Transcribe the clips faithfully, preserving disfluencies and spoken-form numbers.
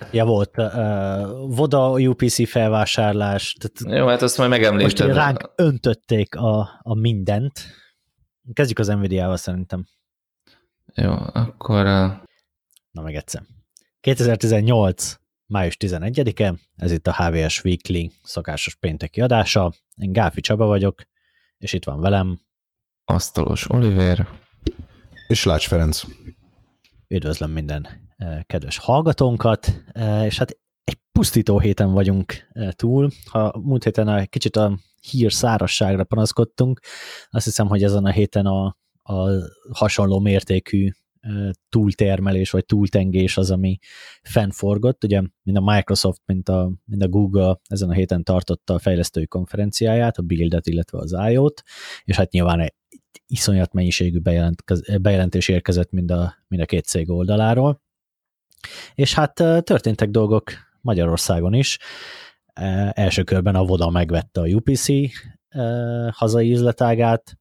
Ja, volt uh, Voda u pé cé felvásárlás. Tehát jó, hát azt majd megemlíted. most ránk öntötték a, a mindent. Kezdjük az Nvidia-val szerintem. Jó, akkor... Uh... Na meg egyszer. kétezer-tizennyolc. május tizenegyedike, ez itt a há vé es Weekly szokásos pénteki adása. Én Gáfi Csaba vagyok, és itt van velem Asztalos Oliver és Lács Ferenc. Üdvözlöm minden kedves hallgatónkat, és hát egy pusztító héten vagyunk túl. Ha múlt héten egy kicsit a hír szárazságra panaszkodtunk, azt hiszem, hogy ezen a héten a, a hasonló mértékű túltermelés vagy túltengés az, ami fennforgott. Ugye mind a Microsoft, mind a, mind a Google ezen a héten tartotta a fejlesztői konferenciáját, a Build-et, illetve az I O-t, és hát nyilván egy iszonyat mennyiségű bejelent, bejelentés érkezett mind a, mind a két cég oldaláról. És hát történtek dolgok Magyarországon is. Első körben a Voda megvette a u pé cé hazai üzletágát,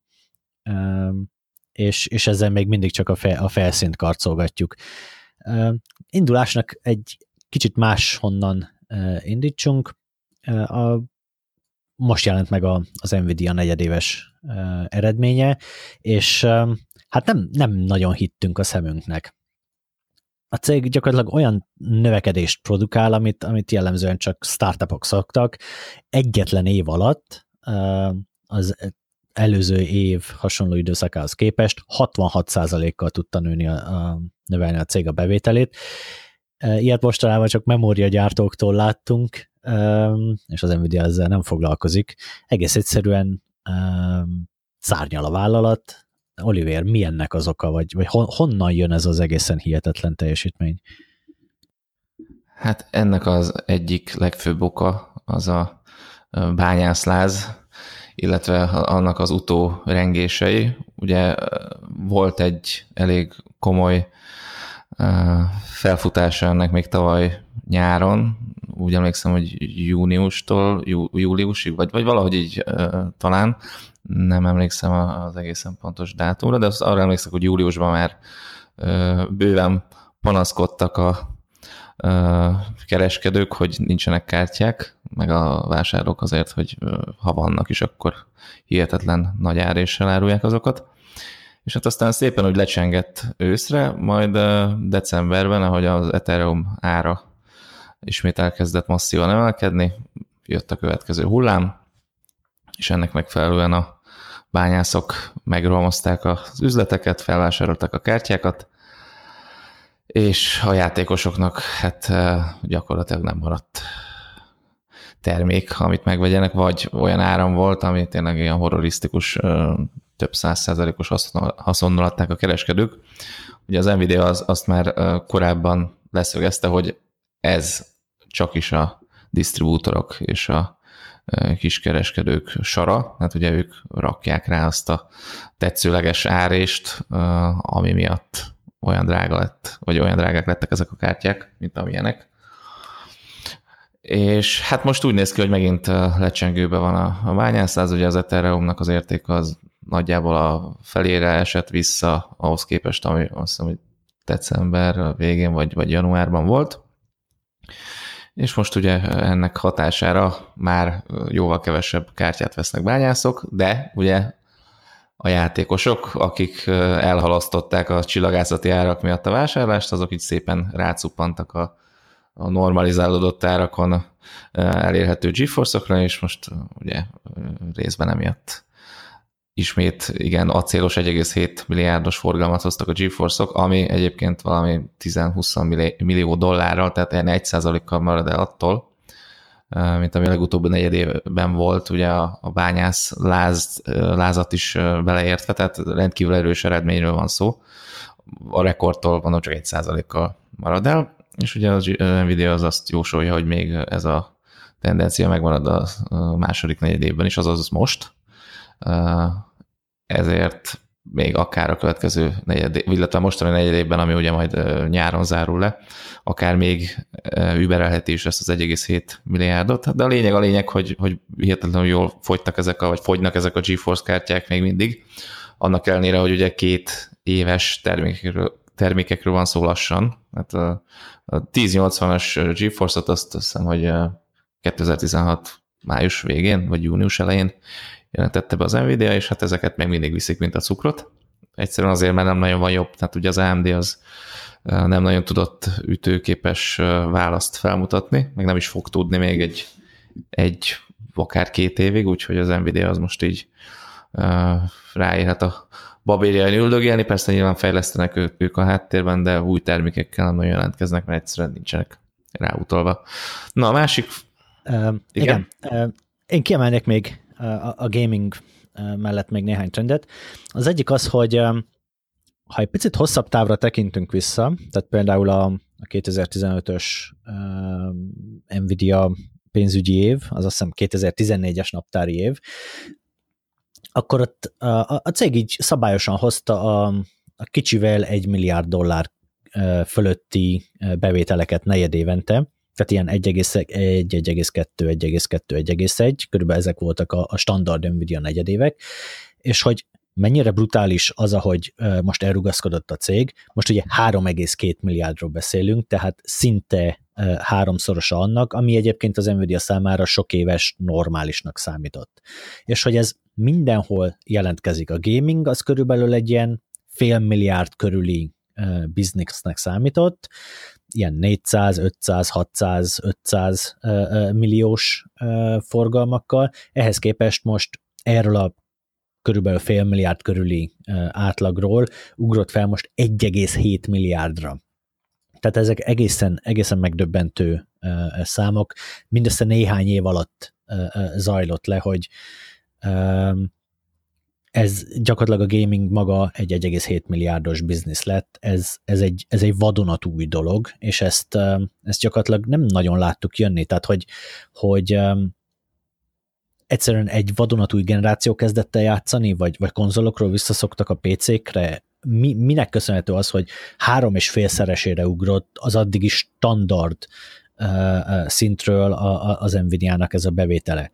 és, és ezzel még mindig csak a, fe, a felszínt karcolgatjuk. Uh, indulásnak egy kicsit máshonnan uh, indítsunk. Uh, a, most jelent meg a, az Nvidia negyedéves uh, eredménye, és uh, hát nem, nem nagyon hittünk a szemünknek. A cég gyakorlatilag olyan növekedést produkál, amit, amit jellemzően csak startupok szoktak. Egyetlen év alatt uh, az előző év hasonló időszakához képest hatvanhat százalékkal tudta nőni a, a, növelni a cég a bevételét. Ilyet mostanában csak memóriagyártóktól láttunk, és az Nvidia ezzel nem foglalkozik. Egész egyszerűen szárnyal a vállalat. Oliver, mi ennek az oka, vagy, vagy honnan jön ez az egészen hihetetlen teljesítmény? Hát ennek az egyik legfőbb oka az a bányászláz, illetve annak az utórengései. Ugye volt egy elég komoly felfutása ennek még tavaly nyáron, úgy emlékszem, hogy júniustól jú, júliusig, vagy, vagy valahogy így talán, nem emlékszem az egészen pontos dátumra, de arra emlékszem, hogy júliusban már bőven panaszkodtak a kereskedők, hogy nincsenek kártyák, meg a vásárlók azért, hogy ha vannak is, akkor hihetetlen nagy áréssel árulják azokat. És hát aztán szépen úgy lecsengett őszre, majd decemberben, ahogy az Ethereum ára ismét elkezdett masszívan emelkedni, jött a következő hullám, és ennek megfelelően a bányászok megromozták az üzleteket, felvásárolták a kártyákat, és a játékosoknak hát gyakorlatilag nem maradt termék, amit megvegyenek, vagy olyan áram volt, ami tényleg ilyen horrorisztikus, több száz százalékos haszonnal adták a kereskedők. Ugye az Nvidia az, azt már korábban leszögezte, hogy ez csak is a disztribútorok és a kiskereskedők sara, hát ugye ők rakják rá azt a tetszőleges árést, ami miatt olyan drága lett, vagy olyan drágák lettek ezek a kártyák, mint amilyenek. És hát most úgy néz ki, hogy megint lecsengőben van a, a bányászláz, ugye az Ethereumnak az érték az nagyjából a felére esett vissza ahhoz képest, ami azt hiszem, hogy december végén vagy, vagy januárban volt. És most ugye ennek hatására már jóval kevesebb kártyát vesznek bányászok, de ugye a játékosok, akik elhalasztották a csillagászati árak miatt a vásárlást, azok így szépen rácuppantak a, a normalizálódott árakon elérhető GeForce-okra, és most ugye részben emiatt ismét igen acélos egy egész hét milliárdos forgalmat hoztak a GeForce-ok, ami egyébként valami tíz-húsz millió dollárral, tehát ilyen egy százalékkal marad el attól, mint ami a legutóbbi negyedében volt, ugye a, a bányász láz, lázat is beleértve, tehát rendkívül erős eredményről van szó. A rekordtól mondom csak egy százalékkal marad el, és ugye az Nvidia az azt jósolja, hogy még ez a tendencia megmarad a második negyedében is, azaz most. Ezért még akár a következő negyed, illetve mostani negyedében, ami ugye majd nyáron zárul le, akár még überelheti is ezt az egy egész hét milliárdot, de a lényeg a lényeg, hogy, hogy hihetetlenül jól fogytak ezek a, vagy fogynak ezek a GeForce kártyák még mindig, annak ellenére, hogy ugye két éves termékekről, termékekről van szó lassan. Hát a, a ezernyolcvanas GeForce-ot azt hiszem, hogy kétezer-tizenhat május végén, vagy június elején jelentette be az Nvidia, és hát ezeket még mindig viszik, mint a cukrot. Egyszerűen azért, mert nem nagyon van jobb. Tehát ugye az á em dé az nem nagyon tudott ütőképes választ felmutatni, meg nem is fog tudni még egy, egy akár két évig, úgyhogy az Nvidia az most így uh, ráérhet a babérjain üldögélni, persze nyilván fejlesztenek ők, ők a háttérben, de új termékekkel nem nagyon jelentkeznek, mert egyszerűen nincsenek ráutolva. Na, a másik... Uh, igen, igen. Uh, én kiemelnék még uh, a gaming uh, mellett még néhány trendet. Az egyik az, hogy um, ha egy picit hosszabb távra tekintünk vissza, tehát például a, a kétezer-tizenötös uh, Nvidia pénzügyi év, az azt hiszem kétezer-tizennégyes naptári év, akkor ott a, a cég így szabályosan hozta a, a kicsivel egy milliárd dollár fölötti bevételeket negyedévente, tehát ilyen egy egész egy, egy egész kettő, egy egész kettő, egy egész egy, körülbelül ezek voltak a, a standard Nvidia negyedévek, és hogy mennyire brutális az, ahogy most elrugaszkodott a cég. Most ugye három egész két milliárdról beszélünk, tehát szinte háromszorosa annak, ami egyébként az Nvidia számára sok éves normálisnak számított. És hogy ez mindenhol jelentkezik. A gaming az körülbelül egy ilyen fél milliárd körüli biznisznek számított, ilyen négyszáz, ötszáz, hatszáz, ötszáz milliós forgalmakkal. Ehhez képest most erről a körülbelül fél milliárd körüli átlagról ugrott fel most egy egész hét milliárdra. Tehát ezek egészen, egészen megdöbbentő számok. Mindössze néhány év alatt zajlott le, hogy ez gyakorlatilag a gaming maga egy egy egész hét milliárdos biznisz lett. Ez, ez, egy, ez egy vadonatúj dolog, és ezt, ezt gyakorlatilag nem nagyon láttuk jönni. Tehát, hogy, hogy egyszerűen egy vadonatúj generáció kezdett el játszani, vagy, vagy konzolokról visszaszoktak a pé cékre. Mi, minek köszönhető az, hogy három és félszeresére ugrott az addigi standard uh, szintről a, a, az Nvidia-nak ez a bevétele?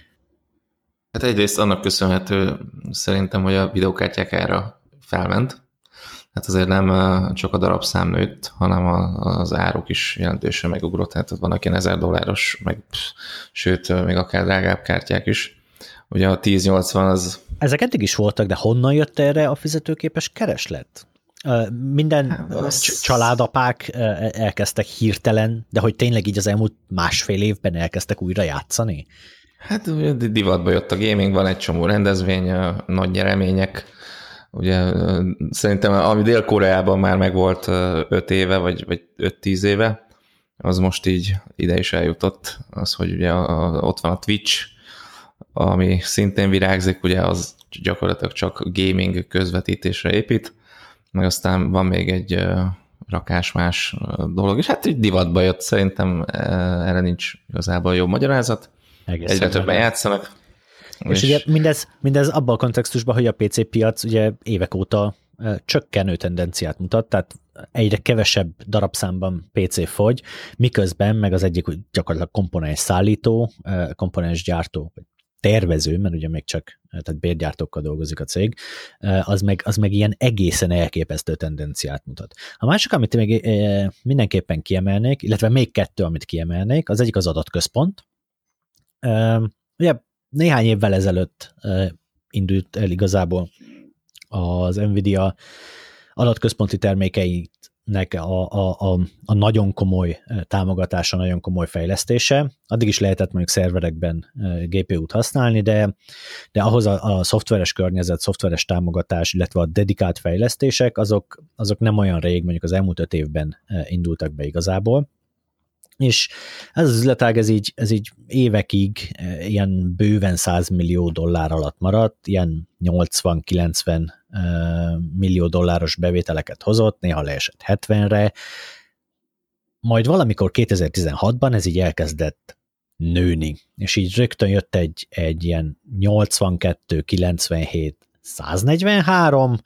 Hát egyrészt annak köszönhető szerintem, hogy a videókártyák ára felment. Hát azért nem csak a darabszám nőtt, hanem az áruk is jelentősen megugrott. Hát ott vannak ilyen ezer dolláros, meg pff, sőt, még akár drágább kártyák is. Ugye a ezernyolcvan az... Ezek eddig is voltak, de honnan jött erre a fizetőképes kereslet? Minden hát, az... családapák elkezdtek hirtelen, de hogy tényleg így az elmúlt másfél évben elkezdtek újra játszani? Hát divatba jött a gaming, van egy csomó rendezvény, nagy nyeremények. Ugye szerintem, ami Dél-Koreában már megvolt öt éve, vagy, vagy öt-tíz éve, az most így ide is eljutott. Az, hogy ugye a, ott van a Twitch, ami szintén virágzik, ugye az gyakorlatilag csak gaming közvetítésre épít, meg aztán van még egy rakás más dolog, és hát így divatba jött, szerintem erre nincs igazából jó magyarázat. Egész Egyre többen játszanak. És, és ugye mindez, mindez abban a kontextusban, hogy a pé cé piac ugye évek óta csökkenő tendenciát mutat, tehát egyre kevesebb darabszámban pé cé fogy, miközben meg az egyik gyakorlatilag komponens szállító, komponens gyártó, vagy tervező, mert ugye még csak tehát bérgyártókkal dolgozik a cég, az meg, az meg ilyen egészen elképesztő tendenciát mutat. A másik, amit még mindenképpen kiemelnék, illetve még kettő, amit kiemelnék, az egyik az adatközpont. Ugye néhány évvel ezelőtt indult el igazából az Nvidia adatközponti termékeinek a, a, a, a nagyon komoly támogatása, nagyon komoly fejlesztése. Addig is lehetett mondjuk szerverekben gé pé út használni, de, de ahhoz a, a szoftveres környezet, szoftveres támogatás, illetve a dedikált fejlesztések, azok, azok nem olyan rég, mondjuk az elmúlt öt évben indultak be igazából. És ez az üzletág, ez így, ez így évekig ilyen bőven száz millió dollár alatt maradt, ilyen nyolcvan-kilencven millió dolláros bevételeket hozott, néha leesett hetvenre, majd valamikor kétezer-tizenhatban ez így elkezdett nőni, és így rögtön jött egy, egy ilyen nyolcvankettő, kilencvenhét, száznegyvenhárom,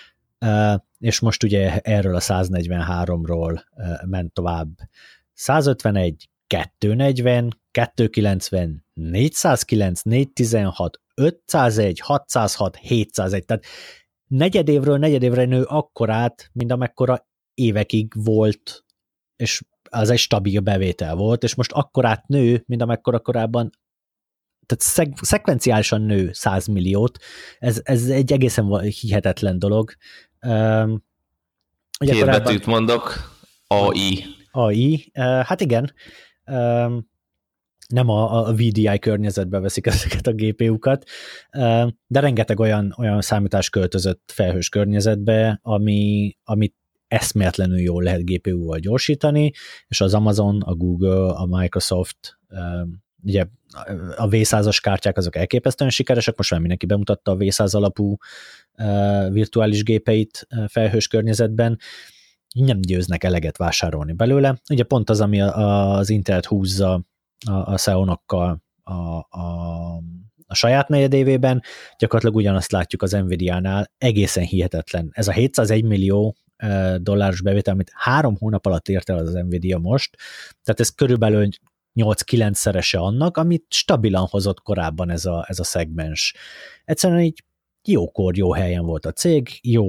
és most ugye erről a száznegyvenháromról ment tovább százötvenegy, kétszáznegyven, kétszáznegyven, négyszázkilenc, négyszáztizenhat, ötszázegy, hatszázhat, hétszázegy, tehát negyedévről negyedévre nő akkorát, mint amekkora évekig volt, és az egy stabil bevétel volt, és most akkorát nő, mint amekkora korábban, tehát szek- szekvenciálisan nő száz milliót, ez, ez egy egészen hihetetlen dolog. Um, Két korábban... betűt mondok, á i. á i, uh, hát igen, um, nem a, a vé dé i környezetbe veszik ezeket a gé pé u-kat, uh, de rengeteg olyan, olyan számítás költözött felhős környezetbe, ami, amit eszméletlenül jól lehet gé pé u-val gyorsítani, és az Amazon, a Google, a Microsoft, ugye a vé százas kártyák azok elképesztően sikeresek, most már mindenki bemutatta a vé száz alapú virtuális gépeit felhős környezetben, nem győznek eleget vásárolni belőle. Ugye pont az, ami az Intelt húzza a Xeonokkal a, a, a saját negyedévében, gyakorlatilag ugyanazt látjuk az Nvidia-nál, egészen hihetetlen. Ez a hétszázegy millió dolláros bevétel, amit három hónap alatt ért el az Nvidia most, tehát ez körülbelül nyolc-kilenc szerese annak, amit stabilan hozott korábban ez a, ez a szegmens. Egyszerűen így jókor, jó helyen volt a cég, jó,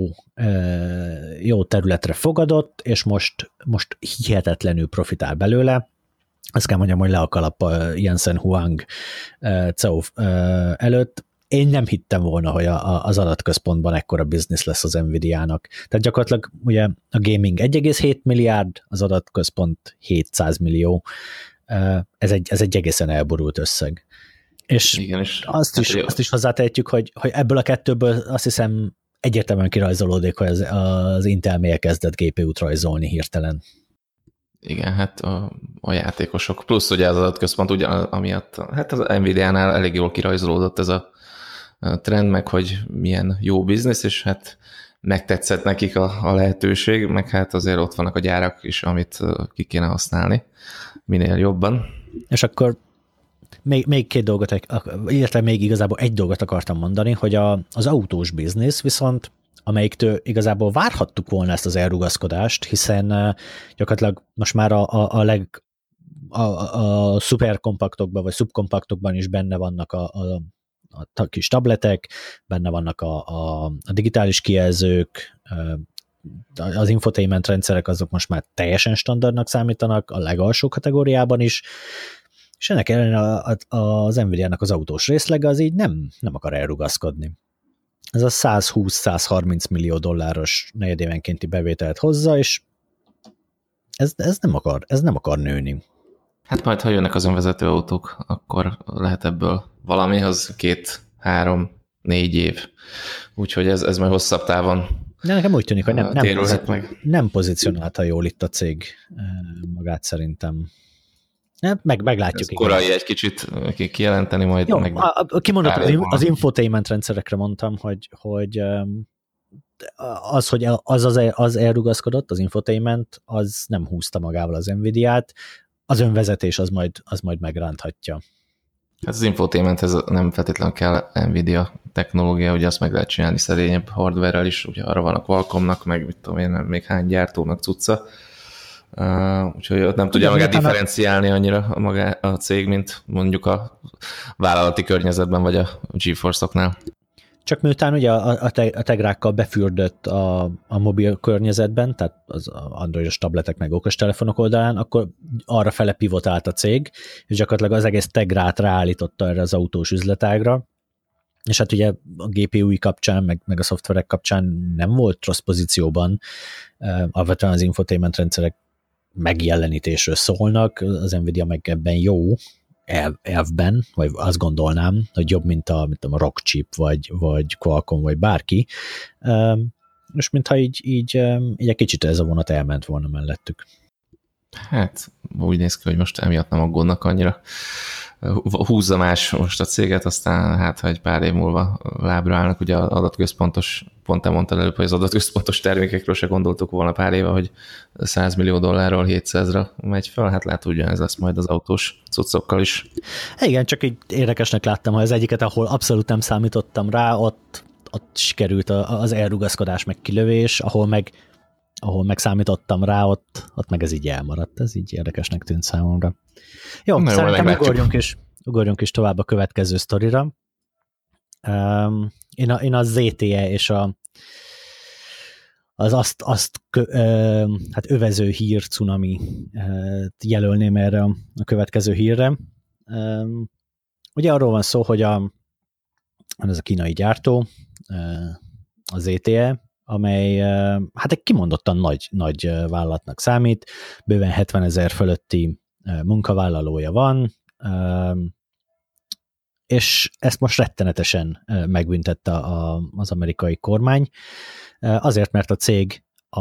jó területre fogadott, és most, most hihetetlenül profitál belőle. Azt kell mondjam, hogy le a kalap Jensen Huang cé e o előtt. Én nem hittem volna, hogy a, a, az adatközpontban ekkora biznisz lesz az Nvidia-nak. Tehát gyakorlatilag ugye a gaming egy egész hét milliárd, az adatközpont hétszáz millió. Ez egy, ez egy egészen elborult összeg. És, igen, és azt, is, azt is hozzátehetjük, hogy, hogy ebből a kettőből azt hiszem egyértelműen kirajzolódik, hogy az, az Intel miért kezdett gé pé u-t rajzolni hirtelen. Igen, hát a, a játékosok, plusz ugye az adatközpont ugyan, amiatt, hát az Nvidia-nál elég jól kirajzolódott ez a trend, meg hogy milyen jó biznisz, és hát megtetszett nekik a, a lehetőség, meg hát azért ott vannak a gyárak is, amit ki kéne használni minél jobban. És akkor még, még két dolgot, illetve még igazából egy dolgot akartam mondani, hogy a, az autós biznisz viszont, amelyiktől igazából várhattuk volna ezt az elrugaszkodást, hiszen gyakorlatilag most már a, a, a leg a, a szuperkompaktokban, vagy szubkompaktokban is benne vannak a, a a kis tabletek, benne vannak a, a, a digitális kijelzők, az infotainment rendszerek azok most már teljesen standardnak számítanak, a legalsó kategóriában is, és ennek ellenére az Nvidia-nak az autós részlege az így nem, nem akar elrugaszkodni. Ez a százhúsz-százharminc millió dolláros negyedévenkénti bevételt hozza, és ez, ez, nem akar, ez nem akar nőni. Hát majd, ha jönnek az önvezető autók, akkor lehet ebből valami, az két, három, négy év. Úgyhogy ez, ez majd hosszabb távon de nekem úgy tűnik, hogy nem, nem, pozíci- meg. nem pozícionálta jól itt a cég magát szerintem. Meg, meglátjuk. Ez korai egy kicsit kijelenteni, majd jó, meg... A, a, kimondott, az, az infotainment rendszerekre mondtam, hogy, hogy az, hogy az, az, az elrugaszkodott, az infotainment, az nem húzta magával az Nvidia-t, az önvezetés az majd, az majd megránthatja. Hát az infotainmenthez nem feltétlenül kell Nvidia technológia, ugye azt meg lehet csinálni szerényebb hardware-rel is, ugye arra van a Qualcommnak, meg mit tudom én, még hány gyártónak cucca. Uh, úgyhogy ott nem tudja magát differenciálni annyira a, magá, a cég, mint mondjuk a vállalati környezetben, vagy a GeForce-oknál. Csak miután ugye a, a, te, a tegrákkal befürdött a, a mobil környezetben, tehát az androidos tabletek meg okostelefonok oldalán, akkor arra fele pivotált a cég, és gyakorlatilag az egész tegrát ráállította erre az autós üzletágra, és hát ugye a gé pé u-i kapcsán, meg, meg a szoftverek kapcsán nem volt rossz pozícióban, uh, alapvetően az infotainment rendszerek megjelenítésről szólnak, az Nvidia meg ebben jó, El, elvben, vagy azt gondolnám, hogy jobb, mint a, mint a Rockchip, vagy, vagy Qualcomm, vagy bárki. Um, és mintha így, így, um, így egy kicsit ez a vonat elment volna mellettük. Hát, úgy néz ki, hogy most emiatt nem aggódnak annyira. Húzza más most a céget, aztán hát, ha egy pár év múlva lábra állnak, ugye az adatközpontos, pont te mondtad előbb, hogy az adatközpontos termékekről se gondoltuk volna pár éve, hogy száz millió dollárról hétszázra megy fel, hát lehet, hogy ez lesz majd az autós cuccokkal is. Igen, csak így érdekesnek láttam, hogy az egyiket, ahol abszolút nem számítottam rá, ott, ott sikerült az elrugaszkodás meg kilövés, ahol meg ahol megszámítottam rá, ott, ott meg ez így elmaradt. Ez így érdekesnek tűnt számomra. Jó, Na szerintem jó, ugorjunk is, ugorjunk is tovább a következő sztorira. Um, én, a, én a zé té e és a, az azt, azt kö, hát övező hír cunami jelölném erre a következő hírre. Ugye arról van szó, hogy a, ez a kínai gyártó, a zé té e, amely hát egy kimondottan nagy, nagy vállalatnak számít, bőven hetvenezer fölötti munkavállalója van, és ezt most rettenetesen megbüntette az amerikai kormány, azért, mert a cég a,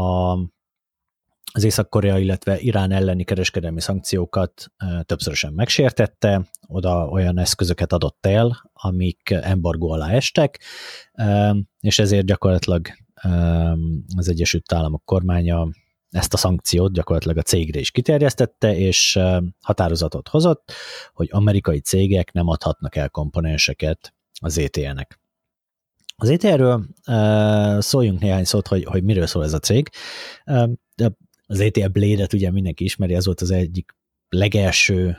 az Észak-Korea, illetve Irán elleni kereskedelmi szankciókat többszörösen megsértette, oda olyan eszközöket adott el, amik embargó alá estek, és ezért gyakorlatilag az Egyesült Államok kormánya ezt a szankciót gyakorlatilag a cégre is kiterjesztette, és határozatot hozott, hogy amerikai cégek nem adhatnak el komponenseket a zé té e-nek. Az zé té e-ről szóljunk néhány szót, hogy, hogy miről szól ez a cég. A zé té e Blade-et ugye mindenki ismeri, ez volt az egyik legelső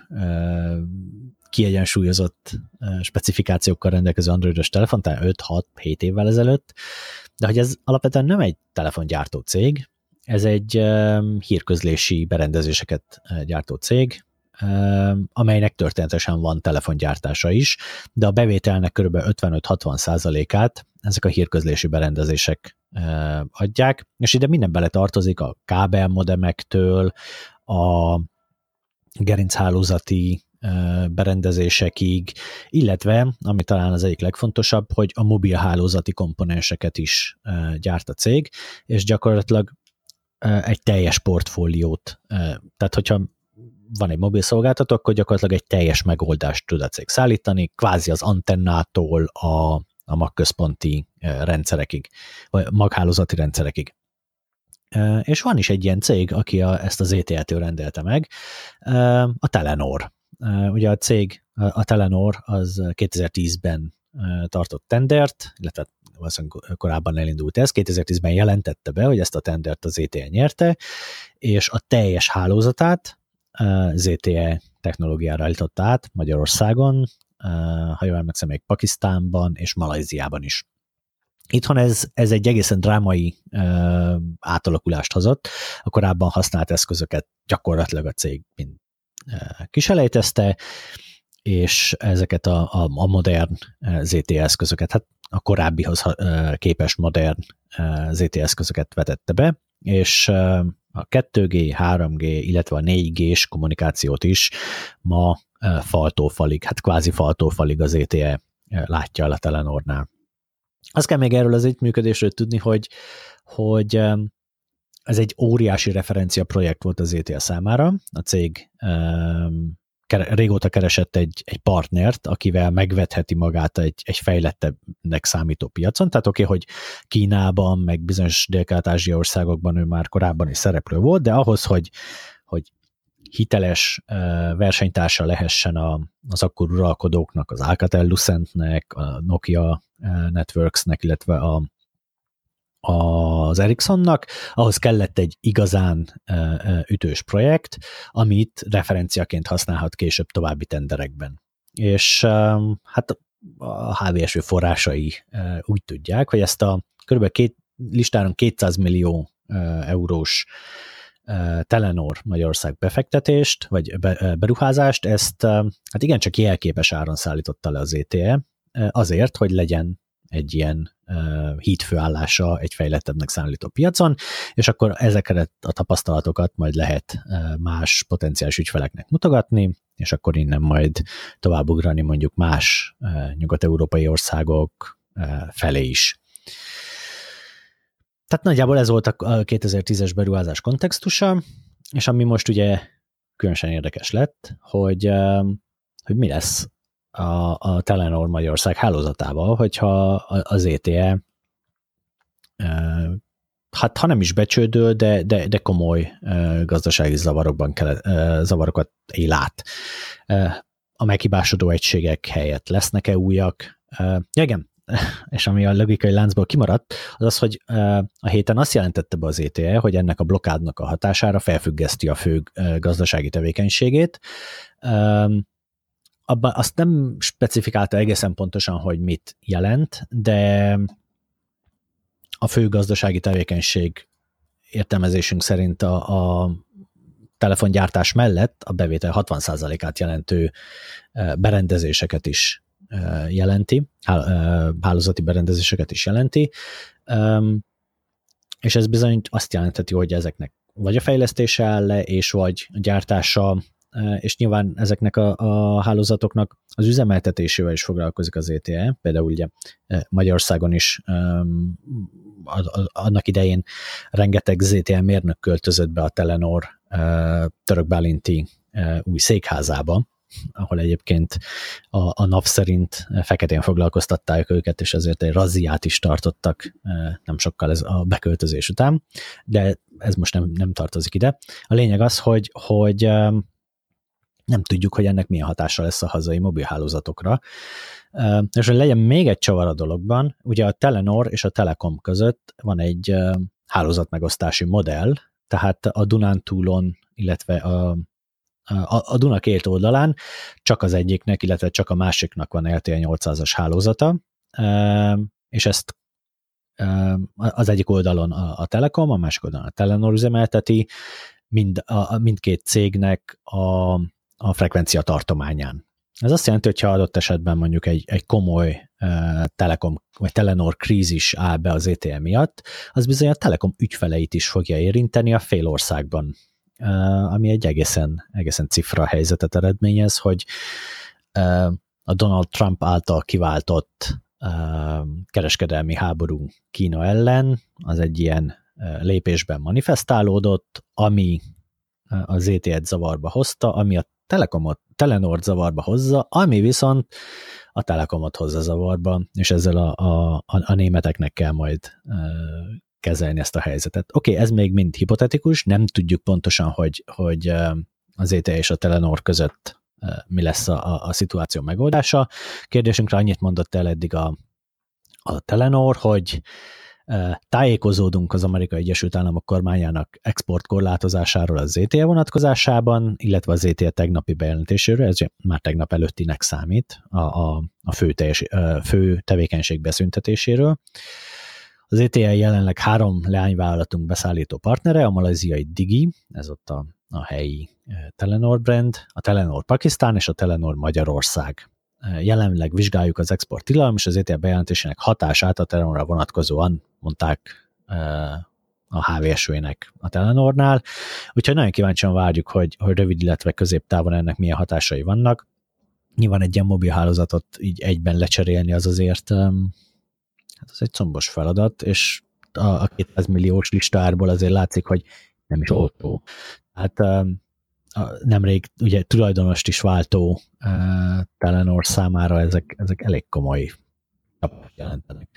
kiegyensúlyozott specifikációkkal rendelkező androidos telefon, tehát öt-hat-hét évvel ezelőtt, de hogy ez alapvetően nem egy telefongyártó cég, ez egy um, hírközlési berendezéseket gyártó cég, um, amelynek történetesen van telefongyártása is, de a bevételnek kb. ötvenöt-hatvan százalékát ezek a hírközlési berendezések uh, adják, és ide minden bele tartozik a kábelmodemektől, a gerinchálózati uh, berendezésekig, illetve, ami talán az egyik legfontosabb, hogy a mobilhálózati komponenseket is uh, gyárt a cég, és gyakorlatilag egy teljes portfóliót, tehát hogyha van egy mobil szolgáltató, akkor gyakorlatilag egy teljes megoldást tud a cég szállítani, kvázi az antennától a, a magközponti rendszerekig, vagy maghálózati rendszerekig. És van is egy ilyen cég, aki a, ezt a zé té e-től rendelte meg, a Telenor. Ugye a cég, a Telenor az kétezer-tízben tartott tendert, illetve valószínűleg korábban elindult ez, kétezer-tízben jelentette be, hogy ezt a tendert a zé té e nyerte, és a teljes hálózatát zé té e technológiára állította át Magyarországon, ha jól emlékszem, még Pakisztánban és Malajziában is. Itthon ez, ez egy egészen drámai uh, átalakulást hozott, a korábban használt eszközöket gyakorlatilag a cég mind uh, kiselejtezte, és ezeket a, a, a modern zé té e eszközöket, hát a korábbihoz képest modern zé té e eszközöket vetette be, és a kettő gé, három gé, illetve a négy gés kommunikációt is ma faltól falig, hát kvázi faltól falig a zé té e látja el a Telenornál. Azt kell még erről az együttműködésről tudni, hogy, hogy ez egy óriási referencia projekt volt a zé té e számára. A cég régóta keresett egy, egy partnert, akivel megvetheti magát egy, egy fejlettebbnek számító piacon. Tehát oké, okay, hogy Kínában, meg bizonyos dél-kelet-ázsiai országokban ő már korábban is szereplő volt, de ahhoz, hogy, hogy hiteles versenytársa lehessen a, az akkor uralkodóknak, az Alcatel-Lucentnek, a Nokia Networksnek, illetve a az Ericssonnak, ahhoz kellett egy igazán uh, ütős projekt, amit referenciaként használhat később további tenderekben. És uh, hát a há vé es forrásai uh, úgy tudják, hogy ezt a kb. Két, listáron kétszáz millió uh, eurós uh, Telenor Magyarország befektetést, vagy be, uh, beruházást, ezt uh, hát igencsak jelképes áron szállította le a zé té e, uh, azért, hogy legyen egy ilyen uh, hídfőállása egy fejlettebbnek számító piacon, és akkor ezeket a tapasztalatokat majd lehet uh, más potenciális ügyfeleknek mutogatni, és akkor innen majd továbbugrani mondjuk más uh, nyugat-európai országok uh, felé is. Tehát nagyjából ez volt a kétezer-tízes beruházás kontextusa, és ami most ugye különösen érdekes lett, hogy, uh, hogy mi lesz a, a Telenor Magyarország hálózatával, hogyha az zé té e e, hát ha nem is becsődöl, de, de, de komoly e, gazdasági zavarokban kell, e, zavarokat él át. E, a meghibásodó egységek helyett lesznek-e újak? E, ja, igen, és ami a logikai láncból kimaradt, az az, hogy e, a héten azt jelentette be az zé té e, hogy ennek a blokkádnak a hatására felfüggeszti a fő e, gazdasági tevékenységét. E, Abban azt nem specifikálta egészen pontosan, hogy mit jelent, de a fő gazdasági tevékenység értelmezésünk szerint a, a telefongyártás mellett a bevétel hatvan százalékát jelentő berendezéseket is jelenti, hálózati berendezéseket is jelenti, és ez bizony azt jelenteti, hogy ezeknek vagy a fejlesztése áll le, és vagy a gyártása, és nyilván ezeknek a, a hálózatoknak az üzemeltetésével is foglalkozik az zé té e, például ugye Magyarországon is um, annak idején rengeteg zé té e mérnök költözött be a Telenor uh, törökbálinti uh, új székházába, ahol egyébként a, a nap szerint feketén foglalkoztatták őket, és ezért egy razziát is tartottak nem sokkal ez a beköltözés után, de ez most nem, nem tartozik ide. A lényeg az, hogy, hogy nem tudjuk, hogy ennek milyen hatása lesz a hazai mobilhálózatokra. És hogy legyen még egy csavar a dologban, ugye a Telenor és a Telekom között van egy hálózatmegosztási modell, tehát a Dunántúlon, illetve a A, a Duna két oldalán csak az egyiknek, illetve csak a másiknak van el té e nyolcszázas hálózata, és ezt az egyik oldalon a, a Telekom, a másik oldalon a Telenor üzemelteti, mind, a, mindkét cégnek a, a frekvencia tartományán. Ez azt jelenti, hogy ha adott esetben mondjuk egy, egy komoly Telekom vagy Telenor krízis áll be az zé té e miatt, az bizony a Telekom ügyfeleit is fogja érinteni a fél országban, ami egy egészen, egészen cifra helyzetet eredményez, hogy a Donald Trump által kiváltott kereskedelmi háború Kína ellen az egy ilyen lépésben manifestálódott, ami a zé té et zavarba hozta, ami a Telekomot, Telenort zavarba hozza, ami viszont a Telekomot hozza zavarba, és ezzel a, a, a, a németeknek kell majd kezelni ezt a helyzetet. Oké, okay, ez még mind hipotetikus, nem tudjuk pontosan, hogy, hogy az zé té e és a Telenor között mi lesz a, a, a szituáció megoldása. Kérdésünkre annyit mondott el eddig a, a Telenor, hogy tájékozódunk az Amerikai Egyesült Államok kormányának exportkorlátozásáról a zé té e vonatkozásában, illetve a zé té e tegnapi bejelentéséről, ez már tegnap előttinek számít, a, a, a fő, teljes, fő tevékenység beszüntetéséről. Az zé té e jelenleg három leányvállalatunk beszállító partnere, a malajziai Digi, ez ott a, a helyi Telenor brand, a Telenor Pakisztán és a Telenor Magyarország. Jelenleg vizsgáljuk az export tilalom és az zé té e bejelentésének hatását a Telenorra vonatkozóan, mondták a há vé es vé-nek a Telenornál. Úgyhogy nagyon kíváncsian várjuk, hogy, hogy rövid, illetve középtávon ennek milyen hatásai vannak. Nyilván egy ilyen mobilhálózatot így egyben lecserélni az azért, hát az egy combos feladat, és a, a kétszáz milliós listárból azért látszik, hogy nem is olcsó. Hát nemrég ugye tulajdonost is váltó Telenor számára ezek, ezek elég komoly tapot jelentenek.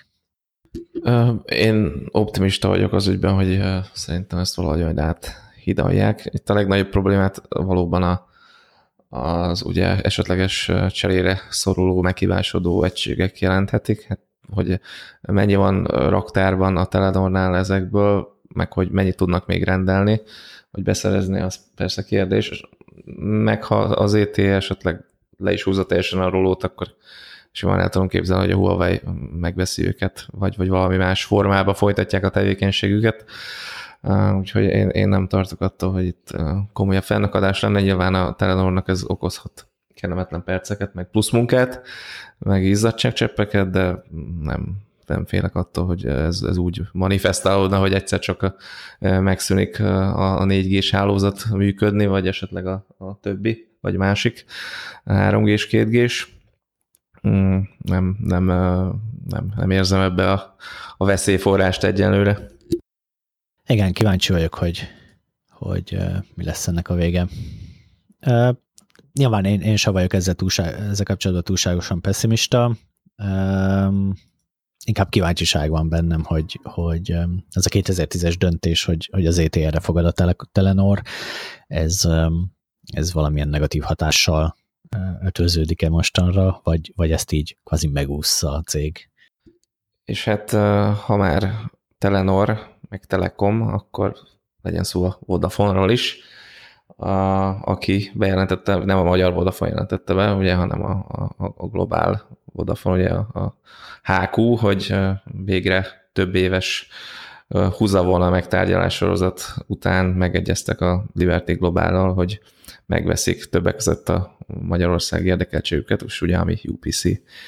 Én optimista vagyok az ügyben, hogy szerintem ezt valahogy majd áthidalják. Itt a legnagyobb problémát valóban a, az ugye esetleges cserére szoruló, meghibásodó egységek jelenthetik. Hát, hogy mennyi van raktárban a Telenornál ezekből, meg hogy mennyit tudnak még rendelni, hogy beszerezni, az persze kérdés. Meg ha az zé té e esetleg le is húzza teljesen a rolót, akkor simán el tudom képzelni, hogy a Huawei megveszi őket, vagy, vagy valami más formában folytatják a tevékenységüket. Úgyhogy én, én nem tartok attól, hogy itt komolyabb fennakadás lenne. Nyilván a Telenornak ez okozhat kellemetlen perceket, meg plusz munkát, meg izzadságcseppeket, de nem, nem félek attól, hogy ez, ez úgy manifestálódna, hogy egyszer csak megszűnik a négy gés hálózat működni, vagy esetleg a, a többi, vagy másik három gés, két gés. Nem, nem, nem, nem érzem ebbe a, a veszélyforrást egyenlőre. Igen, kíváncsi vagyok, hogy, hogy mi lesz ennek a vége. Uh, nyilván én, én sem vagyok ezzel, túlság, ezzel kapcsolatban túlságosan pessimista. Um, inkább kíváncsiság van bennem, hogy, hogy ez a kétezer-tízes döntés, hogy, hogy az zé té e-re fogad a Telenor, ez, ez valamilyen negatív hatással ötvöződik-e mostanra, vagy, vagy ezt így kvázi megúszza a cég. És hát ha már Telenor, meg Telekom, akkor legyen szó a Vodafone-ról is, a, aki bejelentette, nem a magyar Vodafone jelentette be, ugye, hanem a, a, a globál Vodafone, ugye a, a há kú, hogy végre több éves húzavona megtárgyalássorozat után megegyeztek a Liberty Globállal, hogy megveszik többek között a Magyarország érdekeltségüket, és ugye ami U P C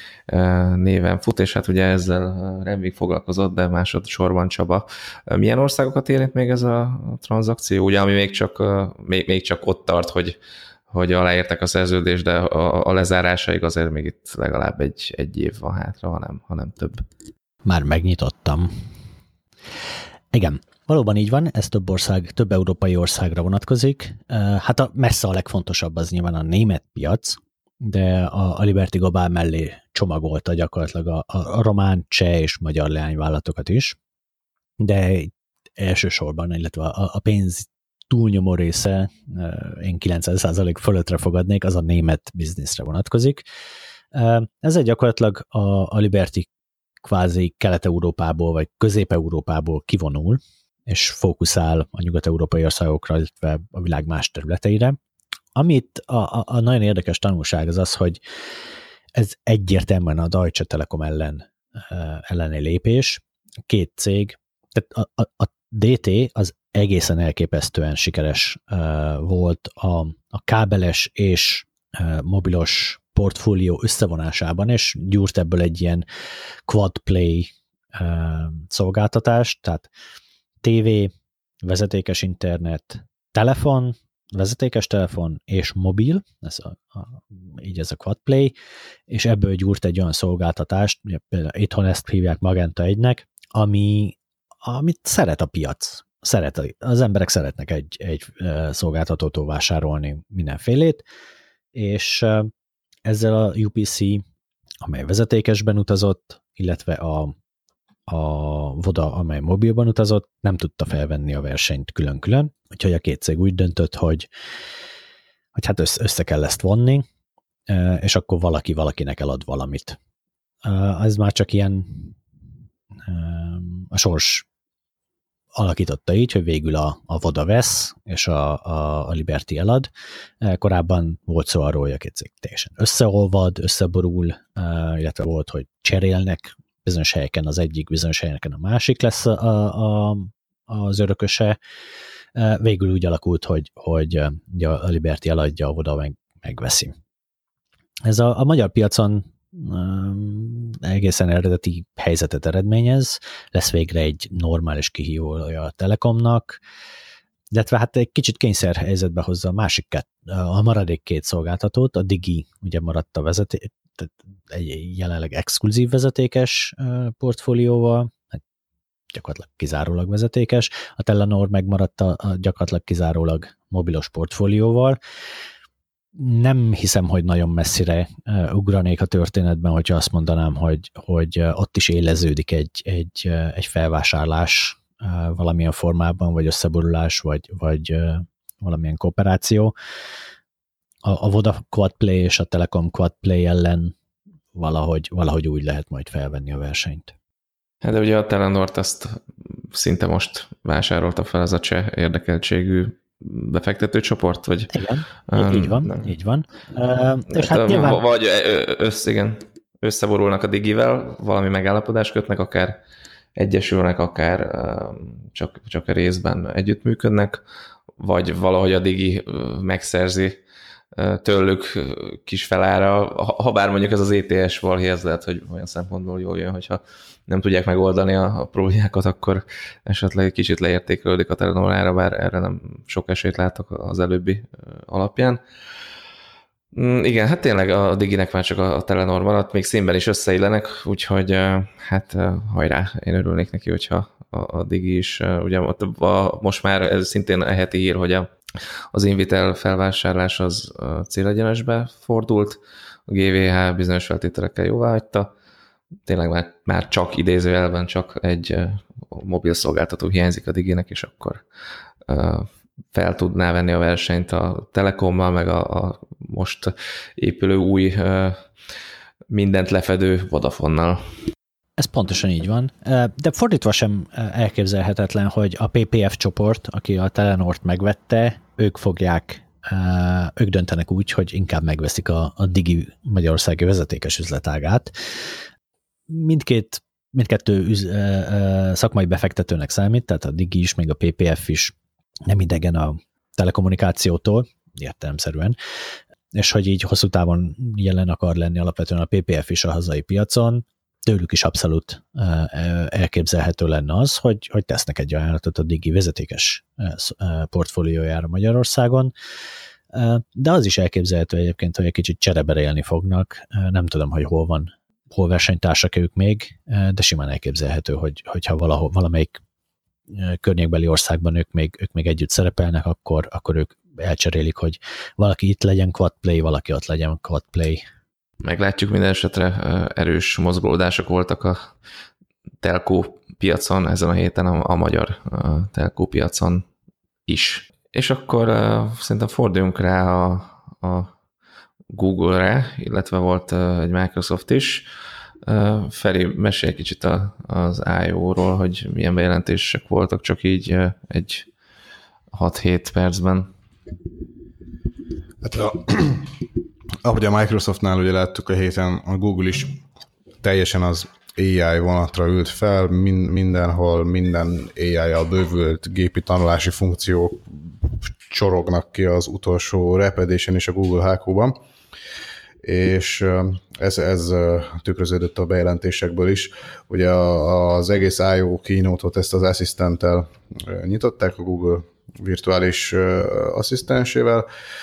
néven fut, és hát ugye ezzel Remvig foglalkozott, de másodszorban Csaba. Milyen országokat érint még ez a tranzakció? Ugye ami még csak, még, még csak ott tart, hogy, hogy aláértek a szerződést, de a, a lezárásaig azért még itt legalább egy, egy év van hátra, hanem, hanem több. Már megnyitottam. Igen, valóban így van, ez több ország, több európai országra vonatkozik. Hát a messze a legfontosabb az nyilván a német piac, de a, a Liberty Global mellé csomagolta gyakorlatilag a, a román, cseh és magyar leányvállalatokat is, de elsősorban, illetve a, a pénz túlnyomó része, én kilencven százalék fölöttre fogadnék, az a német bizniszre vonatkozik. Ez egy gyakorlatilag a, a Liberty kvázi Kelet-Európából vagy Közép-Európából kivonul, és fókuszál a nyugat-európai országokra, illetve a világ más területeire. Amit a, a, a nagyon érdekes tanulság az az, hogy ez egyértelműen a Deutsche Telekom ellen elleni lépés. Két cég, tehát a, a, a dé té az egészen elképesztően sikeres volt a, a kábeles és mobilos portfólió összevonásában, és gyúrt ebből egy ilyen quad play szolgáltatást, tehát tévé, vezetékes internet, telefon, vezetékes telefon és mobil, ez a, a, így ez a quad play, és ebből gyúrt egy olyan szolgáltatást, például itthon ezt hívják Magenta egynek, ami, amit szeret a piac. Szeret, az emberek szeretnek egy, egy szolgáltatótól vásárolni mindenfélét, és ezzel a U P C, amely vezetékesben utazott, illetve a, a Voda, amely mobilban utazott, nem tudta felvenni a versenyt külön-külön, úgyhogy a két cég úgy döntött, hogy, hogy hát össze kell ezt vonni, és akkor valaki valakinek elad valamit. Ez már csak ilyen a sors alakította így, hogy végül a, a Voda vesz, és a, a, a Liberty elad. Korábban volt szó arról, hogy a két cég teljesen összeolvad, összeborul, illetve volt, hogy cserélnek bizonyos helyeken az egyik, bizonyos helyeken a másik lesz a, a, az örököse. Végül úgy alakult, hogy, hogy a Liberty eladja, a Voda meg, megveszi. Ez a, a magyar piacon egészen eredeti helyzetet eredményez, lesz végre egy normális kihívója a Telekomnak, illetve hát egy kicsit kényszerhelyzetbe hozza a másik, a maradék két szolgáltatót, a Digi ugye maradt a vezeték, egy jelenleg exkluzív vezetékes portfólióval, gyakorlatilag kizárólag vezetékes, a Telenor megmaradt a, a gyakorlatilag kizárólag mobilos portfólióval. Nem hiszem, hogy nagyon messzire uh, ugranék a történetben, hogyha azt mondanám, hogy, hogy uh, ott is éleződik egy, egy, uh, egy felvásárlás uh, valamilyen formában, vagy összeborulás, vagy, vagy uh, valamilyen kooperáció. A, a Voda Quad Play és a Telekom Quad Play ellen valahogy, valahogy úgy lehet majd felvenni a versenyt. Hát de ugye a Telenort azt szinte most vásárolta fel az a cseh érdekeltségű befektető csoport, vagy? Igen, um, így van, nem. így van. Uh, és hát, hát nyilván... Vagy össze, igen, összeborulnak a Digivel, valami megállapodást kötnek, akár egyesülnek, akár csak, csak a részben együttműködnek, vagy valahogy a Digi megszerzi tőlük kis felára, ha bár mondjuk ez az é té es valami, ez lehet, hogy olyan szempontból jól jön, hogyha nem tudják megoldani a, a problémákat, akkor esetleg egy kicsit leértékelődik a Telenorára, bár erre nem sok esélyt látok az előbbi alapján. Igen, hát tényleg a Diginek már csak a Telenor maradt, még színben is összeillenek, úgyhogy hát hajrá, én örülnék neki, hogyha a, a Digi is, ugye a, most már ez szintén a heti hír, hogy a az Invitel felvásárlás az célegyenesbe fordult, a gé vé há bizonyos feltételekkel jóváhagyta, tényleg már, már csak idézőjelben csak egy mobil szolgáltató hiányzik a Diginek, és akkor fel tudná venni a versenyt a Telekommal, meg a, a most épülő új mindent lefedő Vodafonnal. Ez pontosan így van, de fordítva sem elképzelhetetlen, hogy a pé pé ef csoport, aki a Telenort megvette, ők fogják, ők döntenek úgy, hogy inkább megveszik a, a Digi magyarországi vezetékes üzletágát. Mindkét mindkettő üz, szakmai befektetőnek számít, tehát a Digi is, meg a pé pé ef is nem idegen a telekommunikációtól, értelemszerűen, és hogy így hosszú távon jelen akar lenni alapvetően a pé pé ef is a hazai piacon, tőlük is abszolút elképzelhető lenne az, hogy, hogy tesznek egy ajánlatot a Digi vezetékes portfóliójára Magyarországon, de az is elképzelhető egyébként, hogy egy kicsit csereberélni fognak, nem tudom, hogy hol van, hol versenytársak ők még, de simán elképzelhető, hogy, hogyha valahol, valamelyik környékbeli országban ők még, ők még együtt szerepelnek, akkor, akkor ők elcserélik, hogy valaki itt legyen quad-play, valaki ott legyen quad-play. Meglátjuk, minden esetre erős mozgolódások voltak a telkó piacon, ezen a héten a, a magyar telkó piacon is. És akkor uh, szerintem forduljunk rá a, a Google-re, illetve volt uh, egy Microsoft is. Uh, Feri, mesélj kicsit a, az I O-ról, hogy milyen bejelentések voltak, csak így uh, egy hat-hét percben. Hát a, ahogy a Microsoftnál ugye láttuk a héten, a Google is teljesen az á i vonatra ült fel, min, mindenhol minden á i-jal bővült gépi tanulási funkciók csorognak ki az utolsó repedésen és a Google há kú-ban, és ez, ez tükröződött a bejelentésekből is. Ugye az egész I O keynote-ot ezt az Assistant-tel nyitották, a Google virtuális asszisztensével,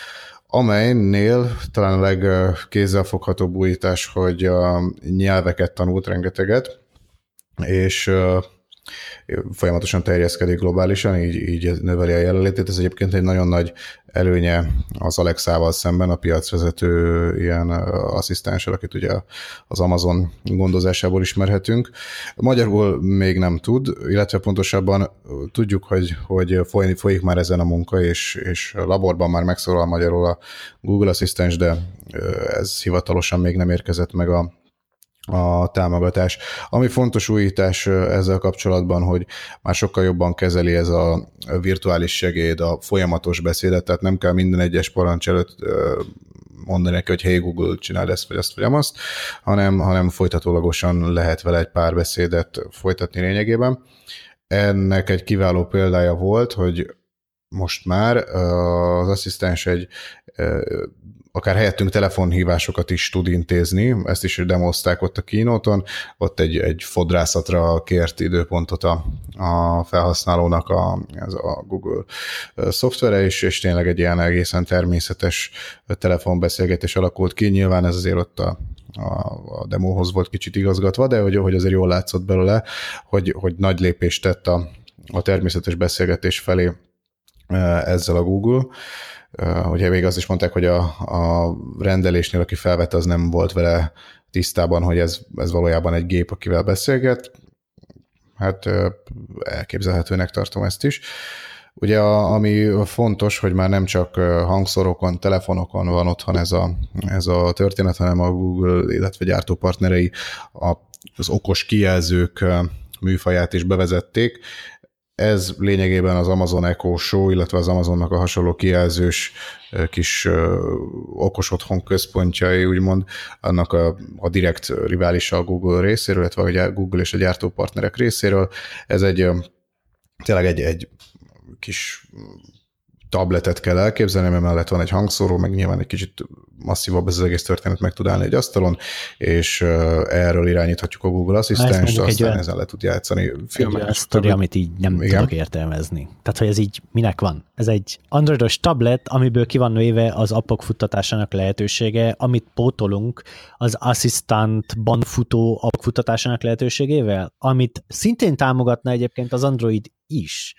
amelynél talán a legkézzelfoghatóbb újítás, hogy a nyelveket tanult rengeteget, és folyamatosan terjeszkedik globálisan, így, így növeli a jelenlétét. Ez egyébként egy nagyon nagy előnye az Alexával szemben, a piacvezető ilyen asszisztenssel, akit ugye az Amazon gondozásából ismerhetünk. Magyarul még nem tud, illetve pontosabban tudjuk, hogy, hogy folyik, folyik már ezen a munka, és, és laborban már megszólal magyarul a Google asszisztens, de ez hivatalosan még nem érkezett meg a a támogatás. Ami fontos újítás ezzel kapcsolatban, hogy már sokkal jobban kezeli ez a virtuális segéd a folyamatos beszédet, tehát nem kell minden egyes parancs előtt mondani neki, hogy hey Google, csináld ezt, vagy azt, vagy azt, hanem, hanem folytatólagosan lehet vele egy pár beszédet folytatni lényegében. Ennek egy kiváló példája volt, hogy most már az asszisztens egy akár helyettünk telefonhívásokat is tud intézni, ezt is demozták ott a keynote-on, ott egy, egy fodrászatra kért időpontot a, a felhasználónak a, ez a Google szoftvere, és, és tényleg egy ilyen egészen természetes telefonbeszélgetés alakult ki, nyilván ez azért ott a, a, a demóhoz volt kicsit igazgatva, de hogy, hogy azért jól látszott belőle, hogy, hogy nagy lépést tett a, a természetes beszélgetés felé ezzel a Google. Uh, ugye még azt is mondták, hogy a, a rendelésnél, aki felvett, az nem volt vele tisztában, hogy ez, ez valójában egy gép, akivel beszélget. Hát uh, elképzelhetőnek tartom ezt is. Ugye a, ami fontos, hogy már nem csak hangszorokon, telefonokon van otthon ez a, ez a történet, hanem a Google, illetve gyártópartnerei a, az okos kijelzők műfaját is bevezették. Ez lényegében az Amazon Echo Show, illetve az Amazonnak a hasonló kijelzős kis okos otthon központjai, úgymond, annak a, a direkt riválisa a Google részéről, illetve a Google és a gyártópartnerek részéről. Ez egy tényleg egy, egy kis tabletet kell elképzelni, mert mellett van egy hangszóró, meg nyilván egy kicsit masszívabb ez az egész történet meg tud állni egy asztalon, és erről irányíthatjuk a Google Asszisztenst, aztán olyan, ezen le tud játszani filmek. Egy sztori, amit így nem igen? tudok értelmezni. Tehát, hogy ez így minek van? Ez egy androidos tablet, amiből ki van véve az appok futtatásának lehetősége, amit pótolunk az Asszisztantban futó appok futtatásának lehetőségével, amit szintén támogatna egyébként az Android is.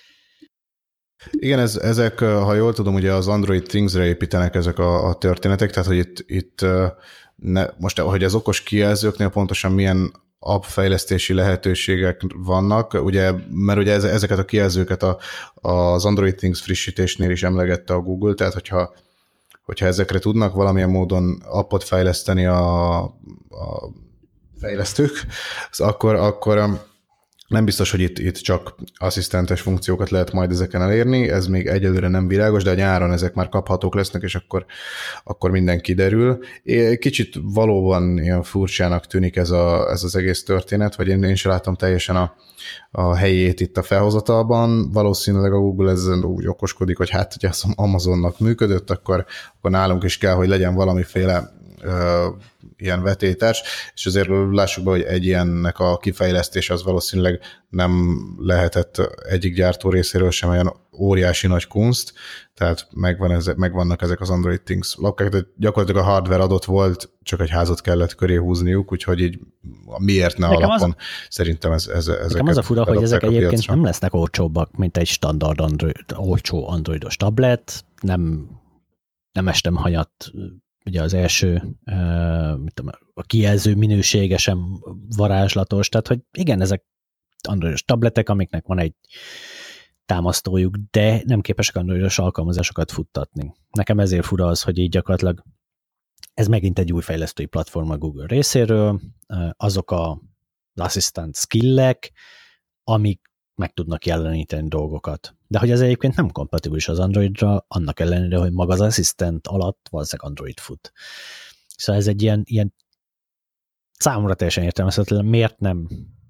Igen, ez, ezek, ha jól tudom, ugye az Android Things-re építenek ezek a, a történetek, tehát hogy itt, itt ne, most, hogy az okos kijelzőknél pontosan milyen appfejlesztési lehetőségek vannak, ugye, mert ugye ezeket a kijelzőket a, az Android Things frissítésnél is emlegette a Google, tehát hogyha, hogyha ezekre tudnak valamilyen módon appot fejleszteni a, a fejlesztők, akkor, akkor Nem biztos, hogy itt, itt csak asszisztentes funkciókat lehet majd ezeken elérni, ez még egyelőre nem világos, de a nyáron ezek már kaphatók lesznek, és akkor, akkor minden kiderül. Kicsit valóban ilyen furcsának tűnik ez, a, ez az egész történet, vagy én, én sem látom teljesen a, a helyét itt a felhozatalban. Valószínűleg a Google ezen úgy okoskodik, hogy hát, hogy az Amazonnak működött, akkor, akkor nálunk is kell, hogy legyen valamiféle Uh, ilyen vetétárs, és azért lássuk be, hogy egy ilyennek a kifejlesztés az valószínűleg nem lehetett egyik gyártó részéről sem olyan óriási nagy kunst, tehát megvan ezek, megvannak ezek az Android Things lapkák, de gyakorlatilag a hardware adott volt, csak egy házat kellett köré húzniuk, úgyhogy így miért ne nekem alapon az, szerintem ez, ez, ezeket nekem az a fura, hogy ezek a egyébként piacra. Nem lesznek olcsóbbak, mint egy standard Android, olcsó androidos tablet, nem, nem estem hanyat. Ugye az első mit tudom, a kijelző minősége sem varázslatos, tehát hogy igen, ezek androidos tabletek, amiknek van egy támasztójuk, de nem képesek androidos alkalmazásokat futtatni. Nekem ezért fura az, hogy így gyakorlatilag ez megint egy új fejlesztői platform a Google részéről, azok az assistant skillek, amik meg tudnak jeleníteni dolgokat. De hogy ez egyébként nem kompatibilis az Androidra, annak ellenére, hogy maga az asszisztent alatt valószínűleg Android fut. Szóval ez egy ilyen, ilyen számomra teljesen értelmezhetetlen, miért nem,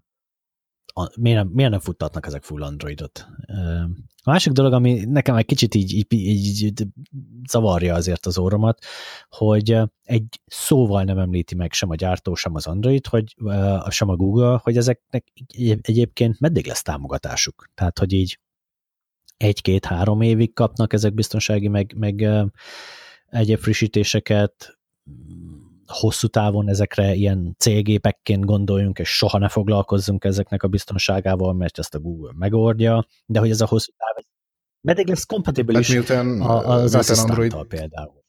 miért nem, miért nem futtatnak ezek full Androidot. A másik dolog, ami nekem egy kicsit így, így, így zavarja azért az óromat, hogy egy szóval nem említi meg sem a gyártó, sem az Android, hogy, sem a Google, hogy ezeknek egyébként meddig lesz támogatásuk. Tehát, hogy így egy-két-három évig kapnak ezek biztonsági, meg, meg egyéb frissítéseket, hosszú távon ezekre ilyen cégépekként gondoljunk, és soha ne foglalkozzunk ezeknek a biztonságával, mert ezt a Google megoldja, de hogy ez a hosszú táv, meddig lesz kompatibilis hát miután, az asszisztanttal például.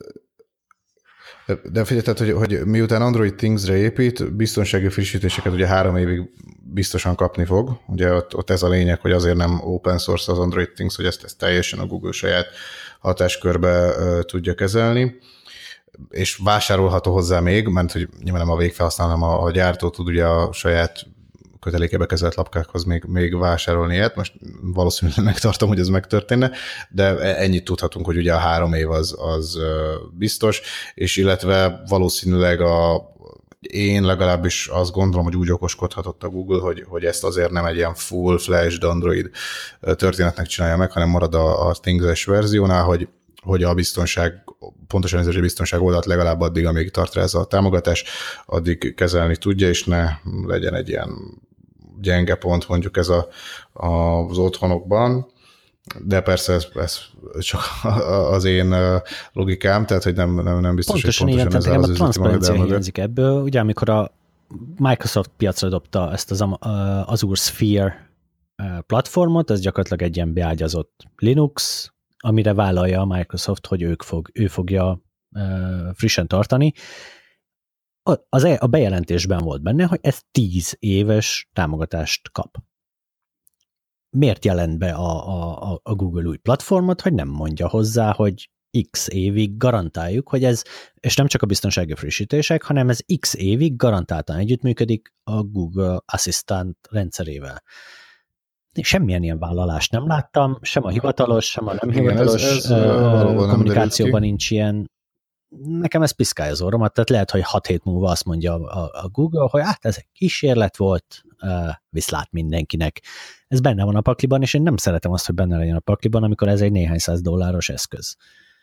De figyelj, tehát, hogy, hogy miután Android Things-re épít, biztonsági frissítéseket ugye három évig biztosan kapni fog. Ugye ott, ott ez a lényeg, hogy azért nem open source az Android Things, hogy ezt, ezt teljesen a Google saját hatáskörbe uh, tudja kezelni. És vásárolható hozzá még, mert hogy nyilván nem a végfelhasználó, hanem a, a gyártó tud ugye a saját kötelékebe kezelt lapkákhoz még, még vásárolni ilyet. Most valószínűleg megtartom, hogy ez megtörténne, de ennyit tudhatunk, hogy ugye a három év az, az biztos, és illetve valószínűleg a én legalábbis azt gondolom, hogy úgy okoskodhatott a Google, hogy, hogy ezt azért nem egy ilyen full-fledged Android történetnek csinálja meg, hanem marad a, a Things-es verziónál, hogy hogy a biztonság, pontosan ezért a biztonság oldalt legalább addig, amíg tart rá ez a támogatás, addig kezelni tudja, és ne legyen egy ilyen gyenge pont mondjuk ez a, a, az otthonokban, de persze ez, ez csak az én logikám, tehát hogy nem, nem, nem biztos, pontosan hogy pontosan ilyen, ez az üzleti modell mögött. Transzparencia hiányzik ebből, ugye amikor a Microsoft piacra dobta ezt az Azure Sphere platformot, ez gyakorlatilag egy ilyen beágyazott Linux, amire vállalja a Microsoft, hogy ők fog, ő fogja uh, frissen tartani. A, az, a bejelentésben volt benne, hogy ez tíz éves támogatást kap. Miért jelent be a, a, a Google új platformot, hogy nem mondja hozzá, hogy x évig garantáljuk, hogy ez, és nem csak a biztonsági frissítések, hanem ez x évig garantáltan együttműködik a Google Assistant rendszerével. Semmilyen ilyen vállalást nem láttam, sem a hivatalos, sem a nem hivatalos igen, ez, ez kommunikációban nincs ilyen. Nekem ez piszkálja az orromat, tehát lehet, hogy hat hét múlva azt mondja a, a Google, hogy hát ez egy kísérlet volt, viszlát mindenkinek. Ez benne van a pakliban, és én nem szeretem azt, hogy benne legyen a pakliban, amikor ez egy néhány száz dolláros eszköz.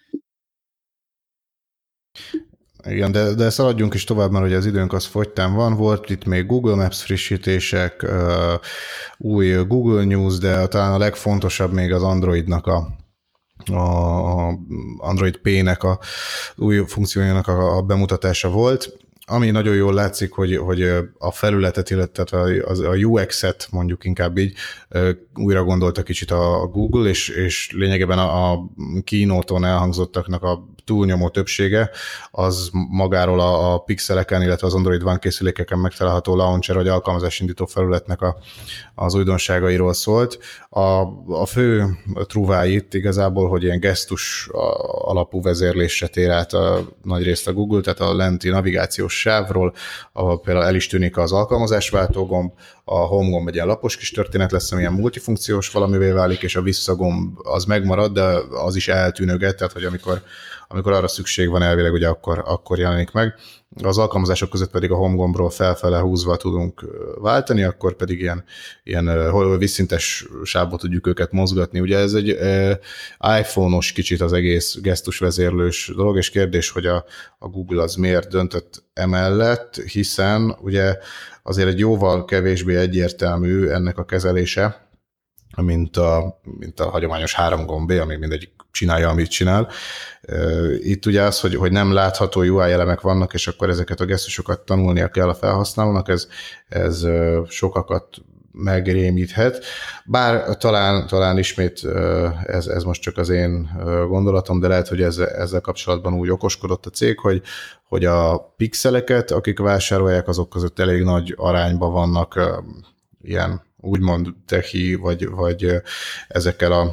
Igen, de, de szaladjunk is tovább, mert ugye az időnk az fogytán van, volt itt még Google Maps frissítések, új Google News, de talán a legfontosabb még az Androidnak a, a Android P-nek a új funkciójának a, a bemutatása volt, ami nagyon jól látszik, hogy, hogy a felületet, illetve a u iksz-et mondjuk inkább így újra gondolta kicsit a Google, és, és lényegében a, a keynote-on elhangzottaknak a túlnyomó többsége az magáról a, a pixeleken, illetve az Android One készülékeken megtalálható launcher vagy alkalmazásindító felületnek a, az újdonságairól szólt. A, a fő truvái itt igazából, hogy ilyen gesztus alapú vezérlésre tér át a, nagy részt a Google, tehát a lenti navigációs sávról, ahol például el is tűnik az alkalmazásváltó gomb, a home gomb egy ilyen lapos kis történet lesz, ami ilyen multifunkciós valamivé válik, és a visszagomb az megmarad, de az is eltűnöget, tehát hogy amikor, amikor arra szükség van elvileg, ugye akkor, akkor jelenik meg. Az alkalmazások között pedig a home gombról felfele húzva tudunk váltani, akkor pedig ilyen, ilyen vízszintes sávba tudjuk őket mozgatni. Ugye ez egy iPhone-os kicsit az egész gesztusvezérlős dolog, és kérdés, hogy a, a Google az miért döntött emellett, hiszen ugye azért egy jóval kevésbé egyértelmű ennek a kezelése, mint a, mint a hagyományos három gombé, ami mindegyik csinálja, amit csinál. Itt ugye az, hogy, hogy nem látható u i elemek vannak, és akkor ezeket a gesztusokat tanulnia kell a felhasználónak, ez, ez sokakat megrémíthet. Bár talán, talán ismét ez, ez most csak az én gondolatom, de lehet, hogy ez, ezzel kapcsolatban úgy okoskodott a cég, hogy, hogy a pixeleket, akik vásárolják, azok között elég nagy arányban vannak ilyen úgymond techi, vagy, vagy ezekkel a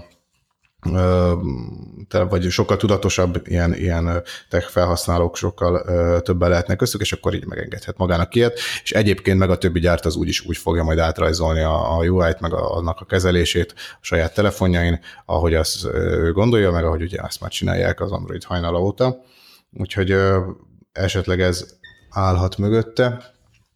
vagy sokkal tudatosabb ilyen, ilyen tech felhasználók sokkal többen lehetnek köztük, és akkor így megengedhet magának ilyet, és egyébként meg a többi gyárt az úgyis úgy fogja majd átrajzolni a, a u i-t, meg a, annak a kezelését a saját telefonjain, ahogy azt ő gondolja, meg ahogy ugye azt már csinálják az Android hajnala óta. Úgyhogy esetleg ez állhat mögötte,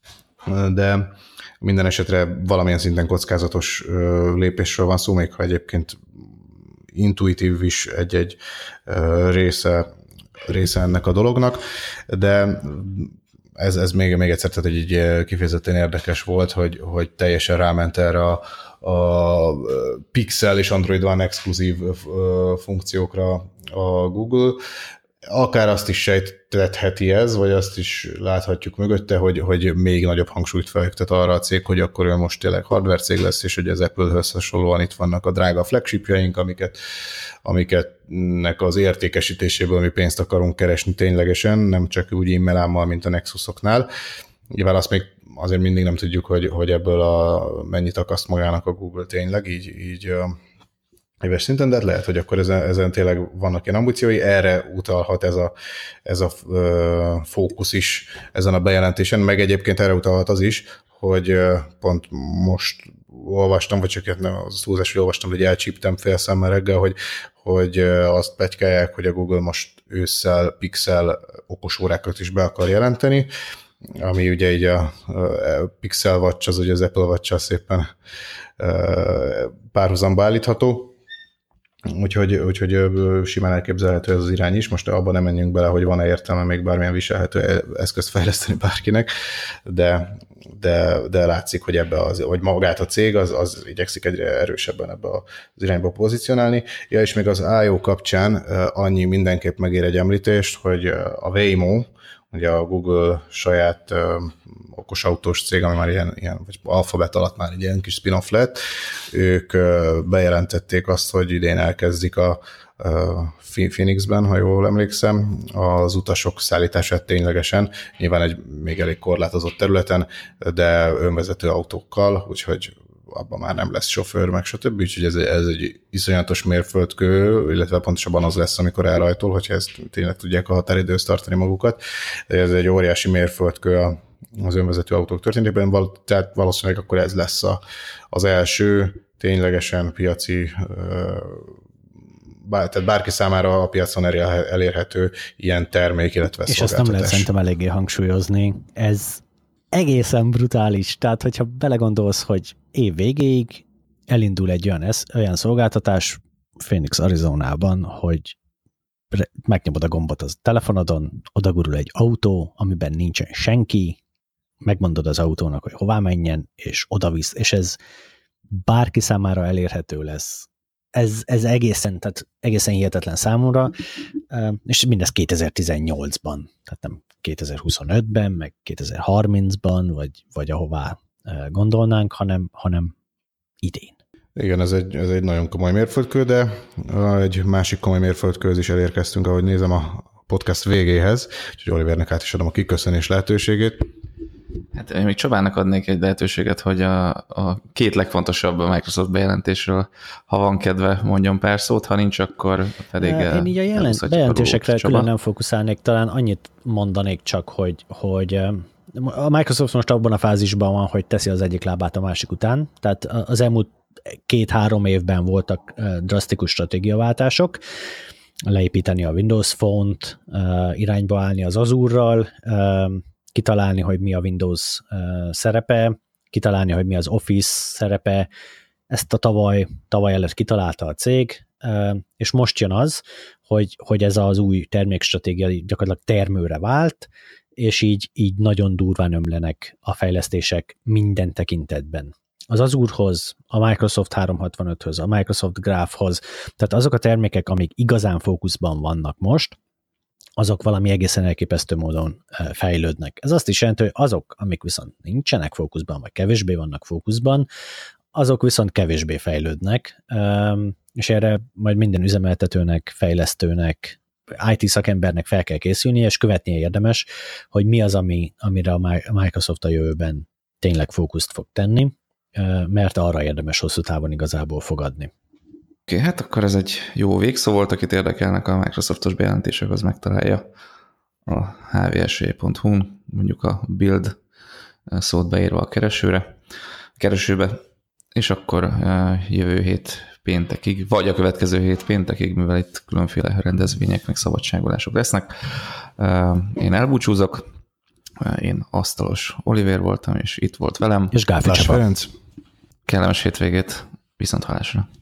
de minden esetre valamilyen szinten kockázatos lépésről van szó, még ha egyébként intuitív is egy-egy része, része ennek a dolognak, de ez, ez még, még egyszer, tehát egy kifejezetten érdekes volt, hogy, hogy teljesen ráment erre a, a Pixel és Android One exkluzív funkciókra a Google. Akár azt is sejtetheti ez, vagy azt is láthatjuk mögötte, hogy, hogy még nagyobb hangsúlyt felhívtat arra a cég, hogy akkor ő most tényleg hardware cég lesz, és hogy az Apple-höz hasonlóan itt vannak a drága flagshipjaink, amiket, amiketnek az értékesítéséből mi pénzt akarunk keresni ténylegesen, nem csak úgy e-mailámmal, mint a Nexusoknál. Nyilván azt még azért mindig nem tudjuk, hogy, hogy ebből a, mennyit akaszt magának a Google tényleg, így, így éves szinten, de lehet, hogy akkor ezen, ezen tényleg vannak ilyen ambíciói, erre utalhat ez a, ez a ö, fókusz is ezen a bejelentésen, meg egyébként erre utalhat az is, hogy ö, pont most olvastam, vagy csak nem az túlzás, hogy olvastam, hogy elcsíptem fél szemmel reggel, hogy, hogy ö, azt pletykálják, hogy a Google most ősszel Pixel okosórákat is be akar jelenteni, ami ugye így a, a Pixel Watch, az ugye az Apple Watch-sal szépen ö, párhuzamba állítható. Úgyhogy, úgyhogy simán elképzelhető ez az irány is. Most abban nem menjünk bele, hogy van-e értelme még bármilyen viselhető eszközt fejleszteni bárkinek, de, de, de látszik, hogy ebbe az, hogy magát a cég az, az igyekszik egyre erősebben ebbe az irányba pozícionálni. Ja, és még az i o kapcsán annyi mindenképp megér egy említést, hogy a Waymo, ugye a Google saját uh, okos autós cég, ami már ilyen, ilyen vagy Alphabet alatt már egy ilyen kis spin-off lett, ők uh, bejelentették azt, hogy idén elkezdik a uh, Phoenixben, ha jól emlékszem, az utasok szállítását ténylegesen, nyilván egy még elég korlátozott területen, de önvezető autókkal, úgyhogy abban már nem lesz sofőr, meg stb. Úgyhogy ez, ez egy iszonyatos mérföldkő, illetve pontosabban az lesz, amikor elrajtol, hogyha ezt tényleg tudják a határidőhöz tartani magukat. Ez egy óriási mérföldkő az önvezető autók történetében, tehát valószínűleg akkor ez lesz a, az első ténylegesen piaci, bár, tehát bárki számára a piacon elérhető ilyen termék, illetve és szolgáltatás. És azt nem lehet szerintem eléggé hangsúlyozni. Ez egészen brutális. Tehát, hogyha belegondolsz, hogy év végéig elindul egy olyan, olyan szolgáltatás Phoenix, Arizonában, hogy megnyomod a gombot az telefonodon, odagurul egy autó, amiben nincsen senki, megmondod az autónak, hogy hová menjen, és odavisz, és ez bárki számára elérhető lesz. Ez, ez egészen, tehát egészen hihetetlen számomra, és mindez kétezer-tizennyolcban, tehát nem kétezer-huszonötben, meg kétezer-harmincban, vagy, vagy ahová gondolnánk, hanem, hanem idén. Igen, ez egy, ez egy nagyon komoly mérföldkő, de egy másik komoly mérföldkőhöz is elérkeztünk, ahogy nézem a podcast végéhez, úgyhogy Olivernek át is adom a kiköszönés lehetőségét. Hát én még Csabának adnék egy lehetőséget, hogy a, a két legfontosabb a Microsoft bejelentésről, ha van kedve, mondjon pár szót, ha nincs, akkor pedig... Én így a jelent, bejelentésekre külön nem fókuszálnék, talán annyit mondanék csak, hogy, hogy A Microsoft most abban a fázisban van, hogy teszi az egyik lábát a másik után, tehát az elmúlt két-három évben voltak drasztikus stratégiaváltások, leépíteni a Windows Phone-t, irányba állni az Azure-ral, kitalálni, hogy mi a Windows szerepe, kitalálni, hogy mi az Office szerepe, ezt a tavaly, tavaly előtt kitalálta a cég, és most jön az, hogy, hogy ez az új termékstratégia gyakorlatilag termőre vált, és így, így nagyon durván ömlenek a fejlesztések minden tekintetben. Az Azure-hoz, a Microsoft háromszázhatvanöthöz, a Microsoft Graphhoz, tehát azok a termékek, amik igazán fókuszban vannak most, azok valami egészen elképesztő módon fejlődnek. Ez azt is jelenti, hogy azok, amik viszont nincsenek fókuszban, vagy kevésbé vannak fókuszban, azok viszont kevésbé fejlődnek, és erre majd minden üzemeltetőnek, fejlesztőnek, i té szakembernek fel kell készülni, és követnie érdemes, hogy mi az, ami, amire a Microsoft a jövőben tényleg fókuszt fog tenni, mert arra érdemes hosszú távon igazából fogadni. Oké, okay, hát akkor ez egy jó végszó volt, akit érdekelnek a Microsoftos bejelentések, az megtalálja a h v s e pont hu-n, mondjuk a build szót beírva a keresőre, a keresőbe, és akkor jövő hét péntekig, vagy a következő hét péntekig, mivel itt különféle rendezvények, meg szabadságolások lesznek. Én elbúcsúzok, én Asztalos Olivér voltam, és itt volt velem. És Gálfi Csaba. Ferenc. Kellemes hétvégét, viszont hallásra.